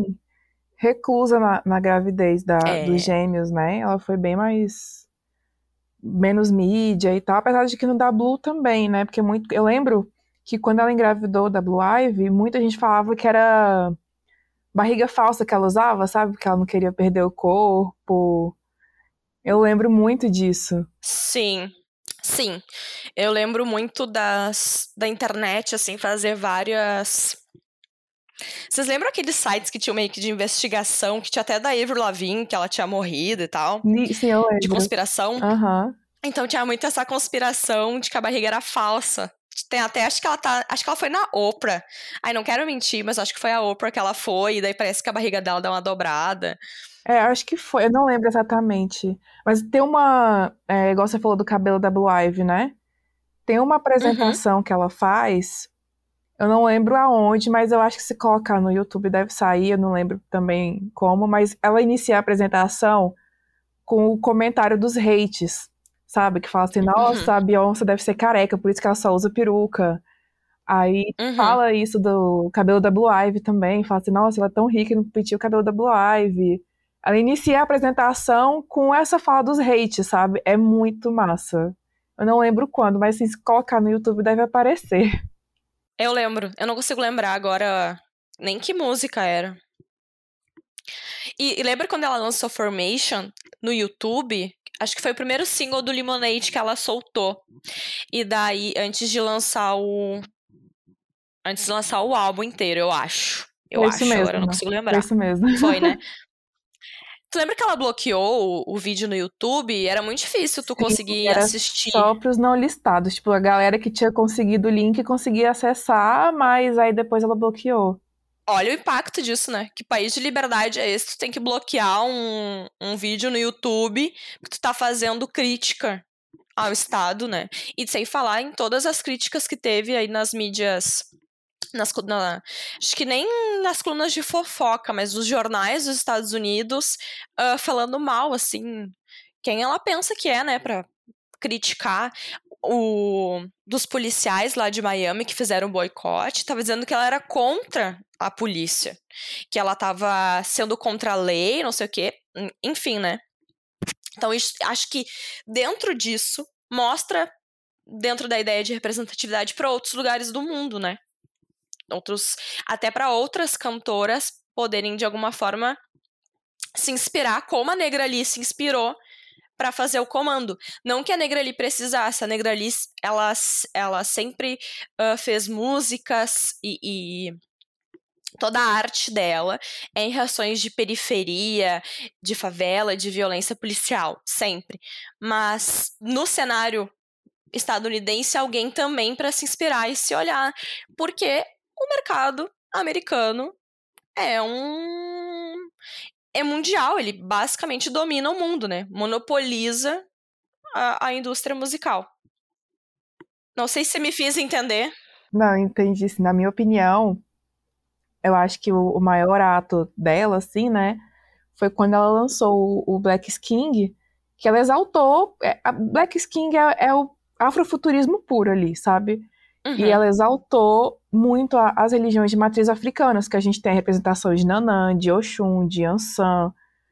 reclusa na, na gravidez da, É. dos gêmeos, né? Ela foi bem mais... menos mídia e tal, apesar de que no da Blue também, né? Porque muito... eu lembro que quando ela engravidou da Blue Ivy, muita gente falava que era barriga falsa que ela usava, sabe? Que ela não queria perder o corpo. Eu lembro muito disso. Sim, sim. Eu lembro muito das, da internet, assim, fazer várias... Vocês lembram aqueles sites que tinham meio que de investigação, que tinha até da Avril Lavigne, que ela tinha morrido e tal? Sim, eu lembro. De conspiração? Aham. Uhum. Então tinha muito essa conspiração de que a barriga era falsa. Tem até, acho que ela tá, acho que ela foi na Oprah. Ai, não quero mentir, mas acho que foi a Oprah que ela foi, e daí parece que a barriga dela dá uma dobrada. É, acho que foi, eu não lembro exatamente. Mas tem uma, é, igual você falou do cabelo da Blue Ivy, né? Tem uma apresentação uhum. que ela faz, eu não lembro aonde, mas eu acho que se colocar no YouTube deve sair, eu não lembro também como, mas ela inicia a apresentação com o comentário dos hates, sabe? Que fala assim, nossa, uhum. a Beyoncé deve ser careca, por isso que ela só usa peruca. Aí uhum. fala isso do cabelo da Blue Ivy também, fala assim, nossa, ela é tão rica e não penteia o cabelo da Blue Ivy. Ela inicia a apresentação com essa fala dos hates, sabe? É muito massa. Eu não lembro quando, mas se colocar no YouTube deve aparecer. Eu lembro. Eu não consigo lembrar agora nem que música era. E, e lembra quando ela lançou Formation no YouTube? Acho que foi o primeiro single do Lemonade que ela soltou. E daí, antes de lançar o... Antes de lançar o álbum inteiro, eu acho. Eu Foi isso acho, agora eu mesmo, não né? consigo Foi lembrar. isso mesmo. Foi, né? Tu lembra que ela bloqueou o, o vídeo no YouTube? Era muito difícil tu Sim, conseguir era assistir. só para os não listados. Tipo, a galera que tinha conseguido o link conseguia acessar, mas aí depois ela bloqueou. Olha o impacto disso, né? Que país de liberdade é esse? Tu tem que bloquear um, um vídeo no YouTube porque tu tá fazendo crítica ao Estado, né? E sem falar em todas as críticas que teve aí nas mídias. Nas, na, acho que nem nas colunas de fofoca, mas nos jornais dos Estados Unidos, uh, falando mal, assim, quem ela pensa que é, né, pra criticar o dos policiais lá de Miami que fizeram boicote, tava dizendo que ela era contra a polícia, que ela tava sendo contra a lei, não sei o quê, enfim, né? Então, isso, acho que dentro disso mostra dentro da ideia de representatividade para outros lugares do mundo, né? Outros, até para outras cantoras poderem de alguma forma se inspirar, como a Negra Lee se inspirou para fazer o comando. Não que a Negra Lee precisasse, a Negra Lee, ela, ela sempre uh, fez músicas e, e toda a arte dela é em reações de periferia, de favela, de violência policial, sempre. Mas no cenário estadunidense, alguém também para se inspirar e se olhar, porque o mercado americano é um é mundial, ele basicamente domina o mundo, né? Monopoliza a, a indústria musical. Não sei se me fiz entender. Não, entendi. Assim, na minha opinião, eu acho que o, o maior ato dela, assim, né, foi quando ela lançou o, o Black King, que ela exaltou. É, a Black King é, é o afrofuturismo puro ali, sabe? E Uhum. ela exaltou muito a, as religiões de matriz africanas, que a gente tem a representação de Nanã, de Oxum, de Ansan,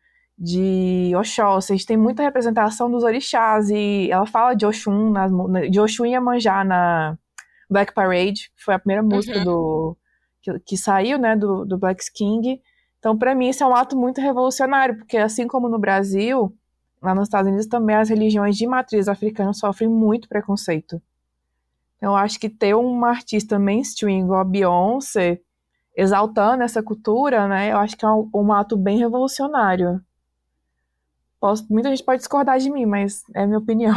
de Oxóssi, a gente tem muita representação dos orixás, e ela fala de Oxum, nas, de Oxum e Iemanjá na Black Parade, que foi a primeira música Uhum. do, que, que saiu, né, do, do Black King. Então, para mim, isso é um ato muito revolucionário, porque assim como no Brasil, lá nos Estados Unidos também as religiões de matriz africana sofrem muito preconceito. Então, eu acho que ter uma artista mainstream igual a Beyoncé, exaltando essa cultura, né, eu acho que é um, um ato bem revolucionário. Posso, muita gente pode discordar de mim, mas é a minha opinião.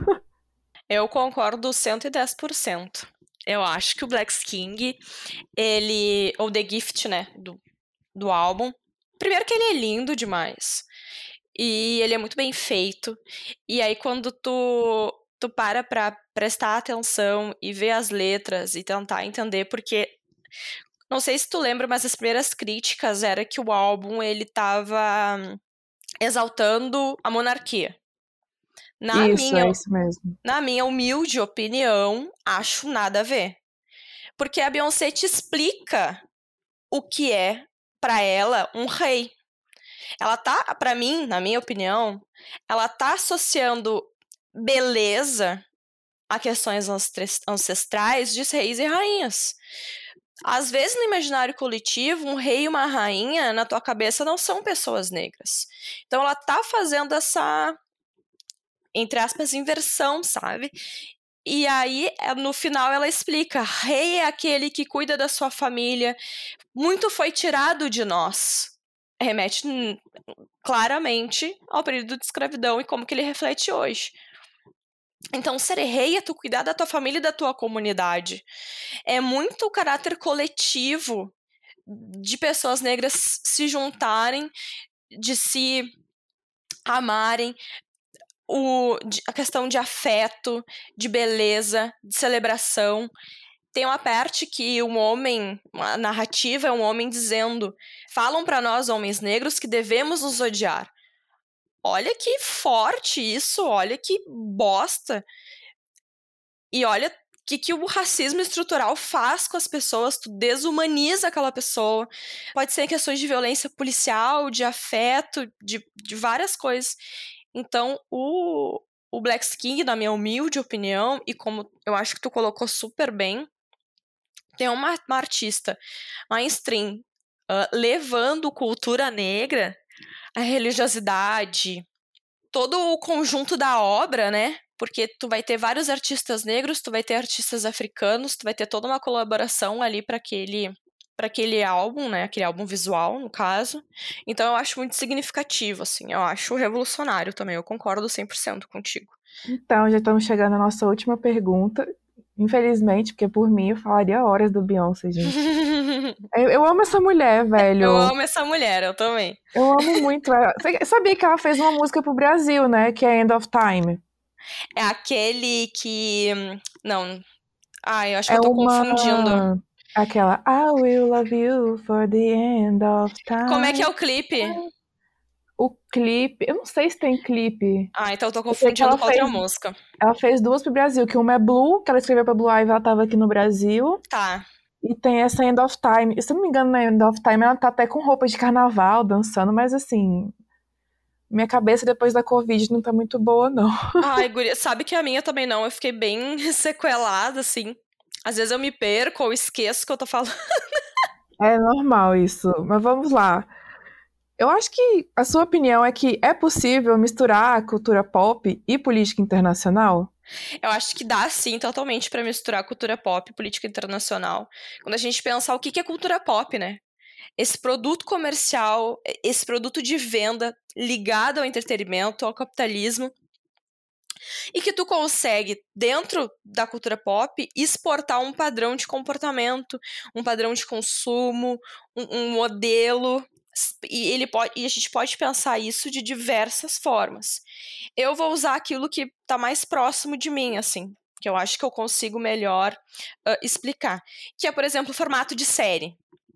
Eu concordo cento e dez por cento. Eu acho que o Black King, ele... Ou The Gift, né? Do, do álbum. Primeiro que ele é lindo demais. E ele é muito bem feito. E aí, quando tu, tu para pra prestar atenção e ver as letras e tentar entender, porque... Não sei se tu lembra, mas as primeiras críticas era que o álbum, ele tava exaltando a monarquia. Na Isso, minha, é isso mesmo. na minha humilde opinião, acho nada a ver. Porque a Beyoncé te explica o que é, pra ela, um rei. Ela tá, pra mim, na minha opinião, ela tá associando beleza a questões ancestrais de reis e rainhas. Às vezes, no imaginário coletivo, um rei e uma rainha, na tua cabeça, não são pessoas negras. Então, ela tá fazendo essa, entre aspas, inversão, sabe? E aí, no final, ela explica: rei é aquele que cuida da sua família, muito foi tirado de nós. Remete hum, claramente ao período de escravidão e como que ele reflete hoje. Então, ser rei é tu cuidar da tua família e da tua comunidade. É muito o caráter coletivo de pessoas negras se juntarem, de se amarem, o, de, a questão de afeto, de beleza, de celebração. Tem uma parte que um homem, uma narrativa é um homem dizendo: falam para nós, homens negros, que devemos nos odiar. Olha que forte isso, olha que bosta. E olha o que, que o racismo estrutural faz com as pessoas, tu desumaniza aquela pessoa. Pode ser questões de violência policial, de afeto, de, de várias coisas. Então, o, o Black King, na minha humilde opinião, e como eu acho que tu colocou super bem, ter uma, uma artista mainstream uh, levando cultura negra, a religiosidade, todo o conjunto da obra, né? Porque tu vai ter vários artistas negros, tu vai ter artistas africanos, tu vai ter toda uma colaboração ali para aquele, para aquele álbum, né? Aquele álbum visual, no caso. Então eu acho muito significativo, assim. Eu acho revolucionário também. Eu concordo cem por cento contigo. Então, já estamos chegando à nossa última pergunta. Infelizmente, porque por mim eu falaria horas do Beyoncé, gente. Eu, eu amo essa mulher, velho. Eu amo essa mulher, eu também. Eu amo muito ela. Você sabia que ela fez uma música pro Brasil, né? Que é End of Time. É aquele que... Não. Ai, eu acho que É eu tô uma... confundindo. Aquela I will love you for the end of time. Como é que é o clipe? O clipe... Eu não sei se tem clipe. Ah, então eu tô Eu sei que confundindo ela com outra fez- música. Ela fez duas pro Brasil, que uma é Blue, que ela escreveu pra Blue Ivy, ela tava aqui no Brasil. Tá. E tem essa End of Time. Se eu não me engano, na End of Time ela tá até com roupa de carnaval, dançando, mas assim... Minha cabeça depois da Covid não tá muito boa, não. Ai, guria, sabe que a minha também não. Eu fiquei bem sequelada, assim. Às vezes eu me perco ou esqueço o que eu tô falando. É normal isso. Mas vamos lá. Eu acho que a sua opinião é que é possível misturar a cultura pop e política internacional? Eu acho que dá, sim, totalmente pra misturar cultura pop e política internacional. Quando a gente pensar o que que é cultura pop, né? Esse produto comercial, esse produto de venda ligado ao entretenimento, ao capitalismo, e que tu consegue, dentro da cultura pop, exportar um padrão de comportamento, um padrão de consumo, um, um modelo, e, ele pode, e a gente pode pensar isso de diversas formas. Eu vou usar aquilo que está mais próximo de mim, assim, que eu acho que eu consigo melhor uh, explicar, que é, por exemplo, o formato de série.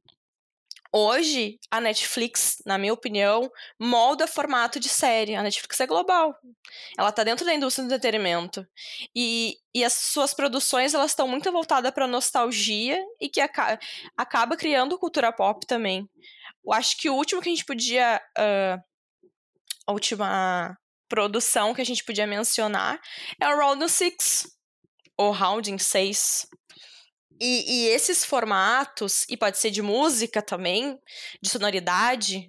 Hoje, a Netflix, na minha opinião, molda formato de série. A Netflix é global. Ela está dentro da indústria do entretenimento. E, e as suas produções, elas estão muito voltadas para nostalgia e que aca acaba criando cultura pop também. Eu acho que o último que a gente podia... Uh, a última produção que a gente podia mencionar é o Round Six, ou Rounding seis. E, e esses formatos, e pode ser de música também, de sonoridade,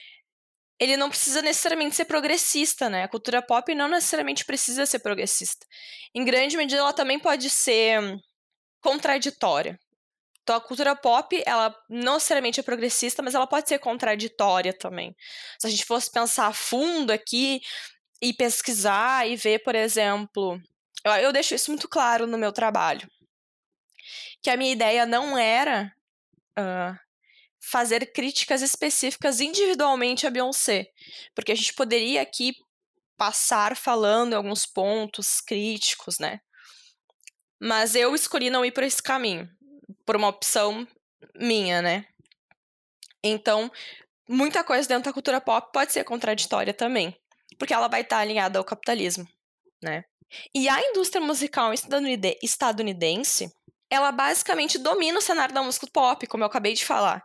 ele não precisa necessariamente ser progressista, né? A cultura pop não necessariamente precisa ser progressista. Em grande medida, ela também pode ser contraditória. Então, a cultura pop, ela não necessariamente é progressista, mas ela pode ser contraditória também. Se a gente fosse pensar a fundo aqui e pesquisar e ver, por exemplo... Eu, eu deixo isso muito claro no meu trabalho. Que a minha ideia não era uh, fazer críticas específicas individualmente a Beyoncé, porque a gente poderia aqui passar falando em alguns pontos críticos, né? Mas eu escolhi não ir por esse caminho, por uma opção minha, né? Então, muita coisa dentro da cultura pop pode ser contraditória também, porque ela vai estar alinhada ao capitalismo, né? E a indústria musical estadunidense, ela basicamente domina o cenário da música pop, como eu acabei de falar.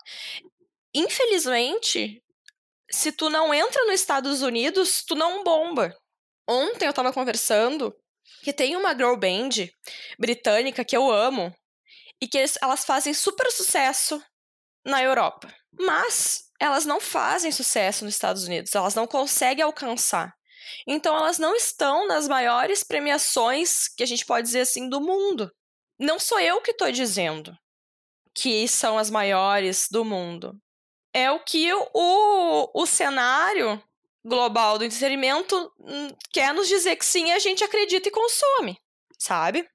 Infelizmente, se tu não entra nos Estados Unidos, tu não bomba. Ontem eu tava conversando que tem uma girl band britânica que eu amo e que elas fazem super sucesso na Europa. Mas elas não fazem sucesso nos Estados Unidos, elas não conseguem alcançar. Então elas não estão nas maiores premiações, que a gente pode dizer assim, do mundo. Não sou eu que estou dizendo que são as maiores do mundo. É o que o, o cenário global do entretenimento quer nos dizer que sim, a gente acredita e consome, sabe?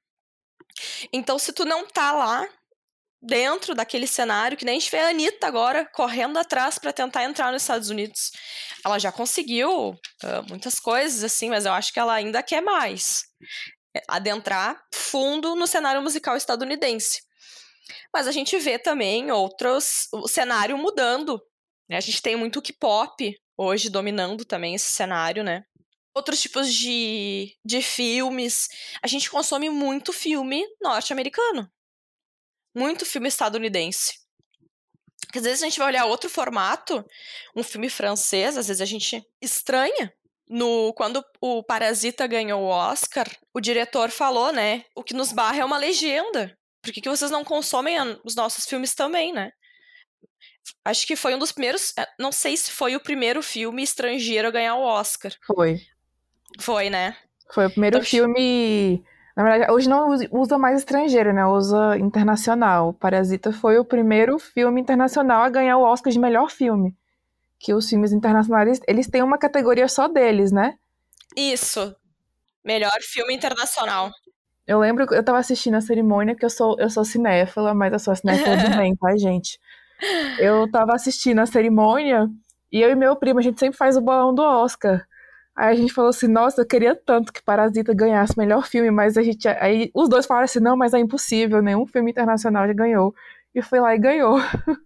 Então, se tu não tá lá, dentro daquele cenário, que nem a gente vê a Anitta agora, correndo atrás para tentar entrar nos Estados Unidos. Ela já conseguiu uh, muitas coisas, assim, mas eu acho que ela ainda quer mais. Adentrar fundo no cenário musical estadunidense. Mas a gente vê também outros, o cenário mudando, né? A gente tem muito K-pop hoje dominando também esse cenário, né? Outros tipos de, de filmes. A gente consome muito filme norte-americano. Muito filme estadunidense. Porque às vezes a gente vai olhar outro formato, um filme francês, às vezes a gente estranha. No, quando o Parasita ganhou o Oscar, o diretor falou, né? O que nos barra é uma legenda. Por que, que vocês não consomem os nossos filmes também, né? Acho que foi um dos primeiros... Não sei se foi o primeiro filme estrangeiro a ganhar o Oscar. Foi. Foi, né? Foi o primeiro Então, filme... Na verdade, hoje não usa mais estrangeiro, né? Usa internacional. Parasita foi o primeiro filme internacional a ganhar o Oscar de melhor filme. Que os filmes internacionais, eles têm uma categoria só deles, né? Isso. Melhor filme internacional. Eu lembro que eu tava assistindo a cerimônia, porque eu sou, eu sou cinéfila, mas eu sou cinéfila do bem, tá, gente? Eu tava assistindo a cerimônia e eu e meu primo, a gente sempre faz o bolão do Oscar. Aí a gente falou assim, nossa, eu queria tanto que Parasita ganhasse o melhor filme, mas a gente... Aí os dois falaram assim, não, mas é impossível, nenhum filme internacional já ganhou. E foi lá e ganhou.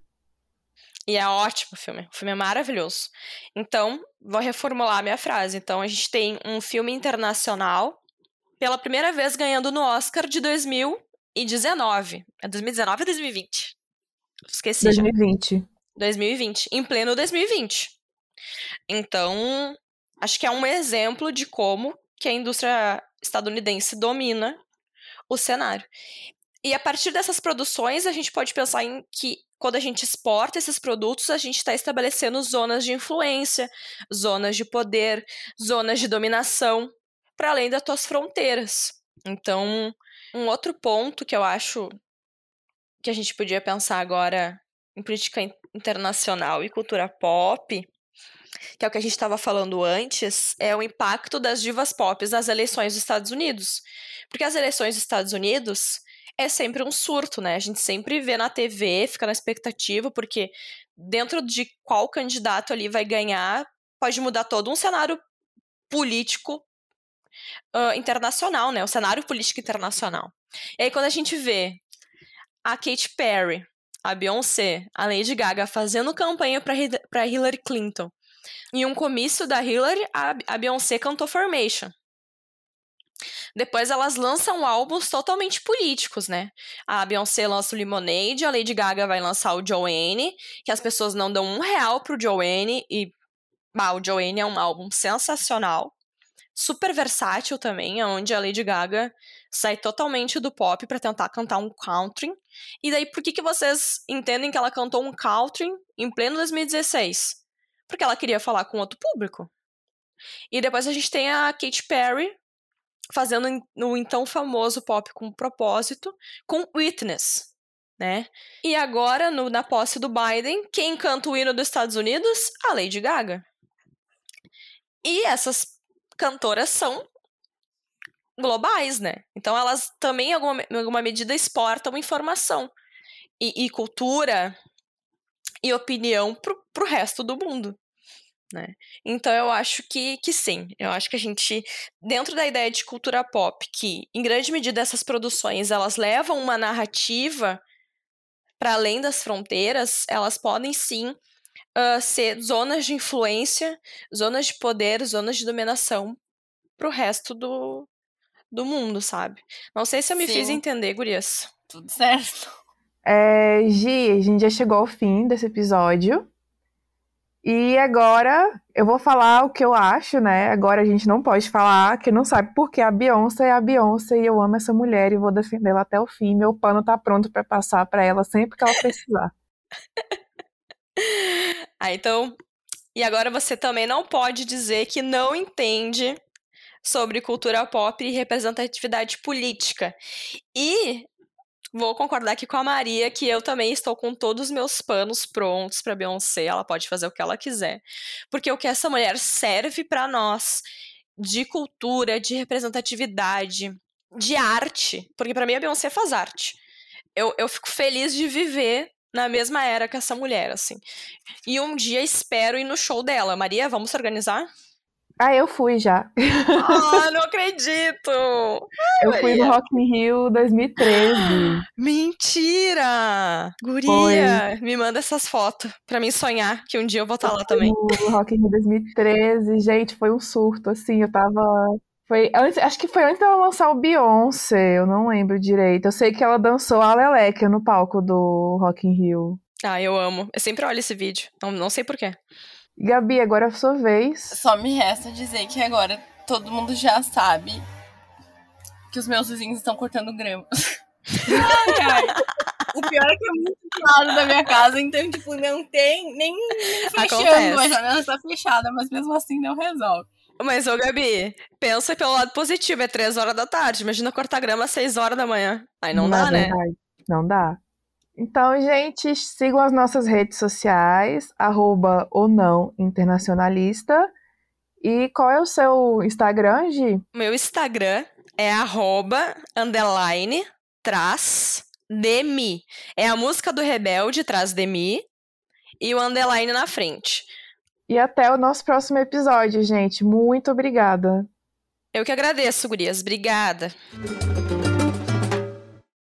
E é ótimo o filme, o filme é maravilhoso. Então, vou reformular a minha frase. Então, a gente tem um filme internacional, pela primeira vez ganhando no Oscar de dois mil e dezenove. É dois mil e dezenove ou dois mil e vinte? Esqueci dois já. mil e vinte. dois mil e vinte, em pleno dois mil e vinte. Então, acho que é um exemplo de como que a indústria estadunidense domina o cenário. E a partir dessas produções, a gente pode pensar em que quando a gente exporta esses produtos, a gente está estabelecendo zonas de influência, zonas de poder, zonas de dominação, para além das tuas fronteiras. Então, um outro ponto que eu acho que a gente podia pensar agora em política internacional e cultura pop, que é o que a gente estava falando antes, é o impacto das divas pop nas eleições dos Estados Unidos. Porque as eleições dos Estados Unidos é sempre um surto, né? A gente sempre vê na T V, fica na expectativa, porque dentro de qual candidato ali vai ganhar, pode mudar todo um cenário político uh, internacional, né? O cenário político internacional. E aí quando a gente vê a Katy Perry, a Beyoncé, a Lady Gaga fazendo campanha para Hillary Clinton, em um comício da Hillary, a, a Beyoncé cantou Formation. Depois elas lançam álbuns totalmente políticos, né? A Beyoncé lança o Lemonade, a Lady Gaga vai lançar o Joanne, que as pessoas não dão um real pro Joanne, e bah, o Joanne é um álbum sensacional, super versátil também, onde a Lady Gaga sai totalmente do pop pra tentar cantar um country. E daí, por que, que vocês entendem que ela cantou um country em pleno dois mil e dezesseis? Porque ela queria falar com outro público. E depois a gente tem a Katy Perry fazendo o então famoso pop com propósito, com Witness, né? E agora, no, na posse do Biden, quem canta o hino dos Estados Unidos? A Lady Gaga. E essas cantoras são globais, né? Então elas também, em alguma, em alguma medida, exportam informação e, e cultura e opinião pro, pro resto do mundo. Né? Então eu acho que, que sim, eu acho que a gente, dentro da ideia de cultura pop, que em grande medida essas produções, elas levam uma narrativa para além das fronteiras, elas podem sim uh, ser zonas de influência, zonas de poder, zonas de dominação pro resto do, do mundo, sabe? Não sei se eu me Sim. fiz entender, gurias. Tudo certo. É, Gi, a gente já chegou ao fim desse episódio. E agora eu vou falar o que eu acho, né? Agora a gente não pode falar, que não sabe porque a Beyoncé é a Beyoncé e eu amo essa mulher e vou defendê-la até o fim. Meu pano tá pronto pra passar pra ela sempre que ela precisar. Ah, então... E agora você também não pode dizer que não entende sobre cultura pop e representatividade política. E... vou concordar aqui com a Maria que eu também estou com todos os meus panos prontos para Beyoncé. Ela pode fazer o que ela quiser. Porque o que essa mulher serve para nós de cultura, de representatividade, de arte. Porque para mim a Beyoncé faz arte. Eu, eu fico feliz de viver na mesma era que essa mulher, assim. E um dia espero ir no show dela. Maria, vamos se organizar? Ah, eu fui já. Ah, não acredito! Ai, eu fui Maria. no Rock in Rio dois mil e treze. Mentira! Guria, Foi. me manda essas fotos pra mim sonhar que um dia eu vou estar lá também. No Rock in Rio dois mil e treze, gente, foi um surto, assim, eu tava... Foi antes, acho que foi antes dela lançar o Beyoncé, eu não lembro direito. Eu sei que ela dançou a Leleca no palco do Rock in Rio. Ah, eu amo. Eu sempre olho esse vídeo, não, não sei porquê. Gabi, agora é a sua vez. Só me resta dizer que agora todo mundo já sabe que os meus vizinhos estão cortando grama. Ai, ai. O pior é que é muito claro da minha casa, então, tipo, não tem nem, nem fechando. Acontece. A janela está fechada, mas mesmo assim não resolve. Mas, ô Gabi, pensa pelo lado positivo, é três horas da tarde. Imagina cortar grama às seis horas da manhã. Aí não Na dá, né? verdade, não dá. Então, gente, sigam as nossas redes sociais, arroba ou não internacionalista. E qual é o seu Instagram, Gi? Meu Instagram é arroba, underline, traz, de mi. É a música do Rebelde, traz de mi, e o underline na frente. E até o nosso próximo episódio, gente. Muito obrigada. Eu que agradeço, gurias. Obrigada.